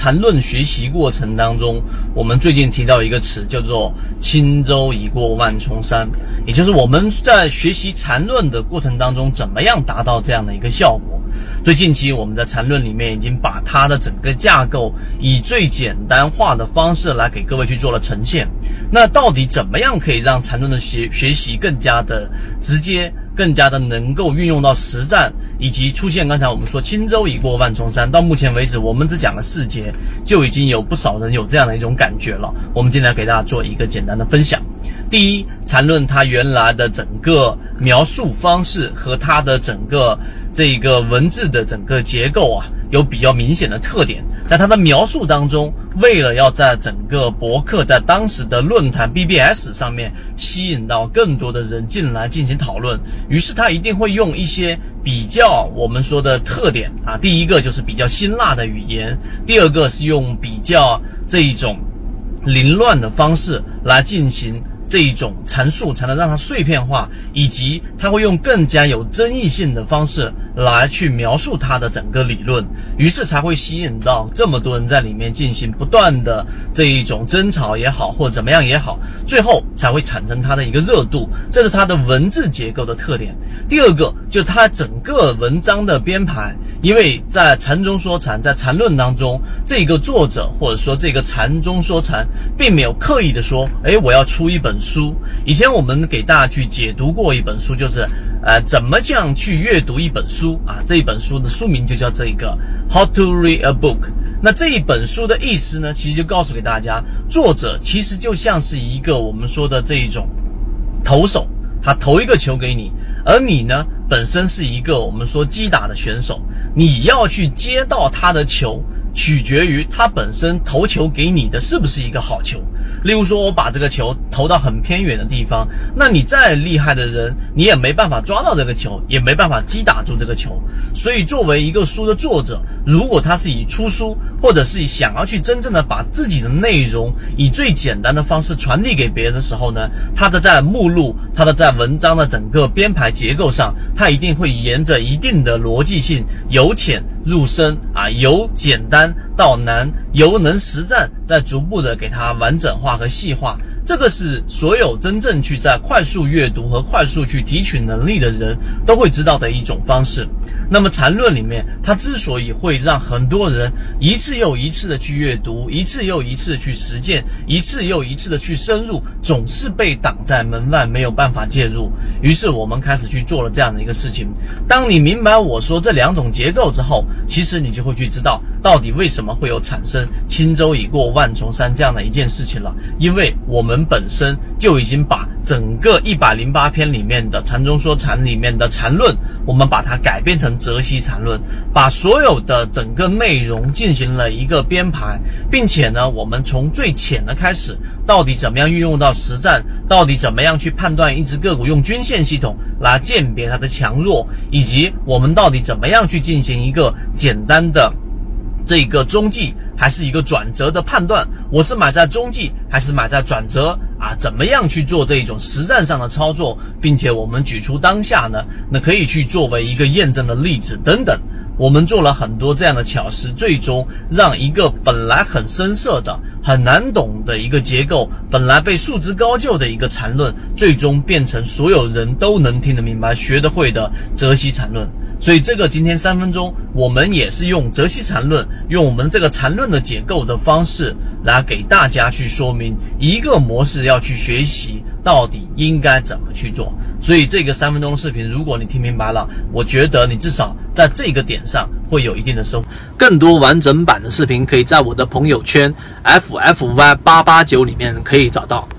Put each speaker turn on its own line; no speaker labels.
缠论学习过程当中，我们最近提到一个词叫做轻舟已过万重山，也就是我们在学习缠论的过程当中怎么样达到这样的一个效果。最近期我们在缠论里面已经把它的整个架构以最简单化的方式来给各位去做了呈现。那到底怎么样可以让缠论的学习更加的直接，更加的能够运用到实战，以及出现刚才我们说轻舟已过万重山，到目前为止我们只讲了4节，就已经有不少人有这样的一种感觉了。我们今天来给大家做一个简单的分享。第一，缠论它原来的整个描述方式和它的整个这个文字的整个结构啊，有比较明显的特点。在它的描述当中，为了要在整个博客在当时的论坛 BBS 上面吸引到更多的人进来进行讨论，于是他一定会用一些比较我们说的特点啊，第一个就是比较辛辣的语言，第二个是用比较这一种凌乱的方式来进行这一种阐述，才能让它碎片化，以及它会用更加有争议性的方式来去描述它的整个理论，于是才会吸引到这么多人在里面进行不断的这一种争吵也好，或者怎么样也好，最后才会产生它的一个热度，这是它的文字结构的特点。第二个就是它整个文章的编排，因为在禅中说禅，在缠论当中，这个作者或者说这个禅中说禅并没有刻意的说我要出一本书。以前我们给大家去解读过一本书，就是怎么这样去阅读一本书啊，这一本书的书名就叫这个 How to Read a Book。 那这一本书的意思呢，其实就告诉给大家，作者其实就像是一个我们说的这一种投手，他投一个球给你，而你呢本身是一个我们说击打的选手，你要去接到他的球，取决于他本身投球给你的是不是一个好球。例如说我把这个球投到很偏远的地方，那你再厉害的人，你也没办法抓到这个球，也没办法击打住这个球。所以作为一个书的作者，如果他是以出书，或者是想要去真正的把自己的内容以最简单的方式传递给别人的时候呢，他的在目录，他的在文章的整个编排结构上，他一定会沿着一定的逻辑性，由浅入深啊，由简单到难，由能实战，再逐步的给它完整化和细化。这个是所有真正去在快速阅读和快速去提取能力的人都会知道的一种方式。那么缠论里面，它之所以会让很多人一次又一次的去阅读，一次又一次的去实践，一次又一次的去深入，总是被挡在门外，没有办法介入。于是我们开始去做了这样的一个事情。当你明白我说这2种结构之后，其实你就会去知道到底为什么会有产生轻舟已过万重山这样的一件事情了。因为我们本身就已经把整个108篇里面的禅中说禅里面的禅论，我们把它改编成泽西禅论，把所有的整个内容进行了一个编排，并且呢，我们从最浅的开始，到底怎么样运用到实战，到底怎么样去判断一只个股，用均线系统来鉴别它的强弱，以及我们到底怎么样去进行一个简单的这个中继还是一个转折的判断，我是买在中继还是买在转折啊？怎么样去做这种实战上的操作，并且我们举出当下呢，那可以去作为一个验证的例子等等。我们做了很多这样的巧思，最终让一个本来很深涩的、很难懂的一个结构，本来被束之高就的一个禅论，最终变成所有人都能听得明白、学得会的泽西禅论。所以这个今天3分钟，我们也是用泽西禅论，用我们这个禅论的结构的方式来给大家去说明一个模式要去学习到底应该怎么去做。所以这个3分钟的视频，如果你听明白了，我觉得你至少在这个点上会有一定的收获。更多完整版的视频可以在我的朋友圈 FFY889里面可以找到。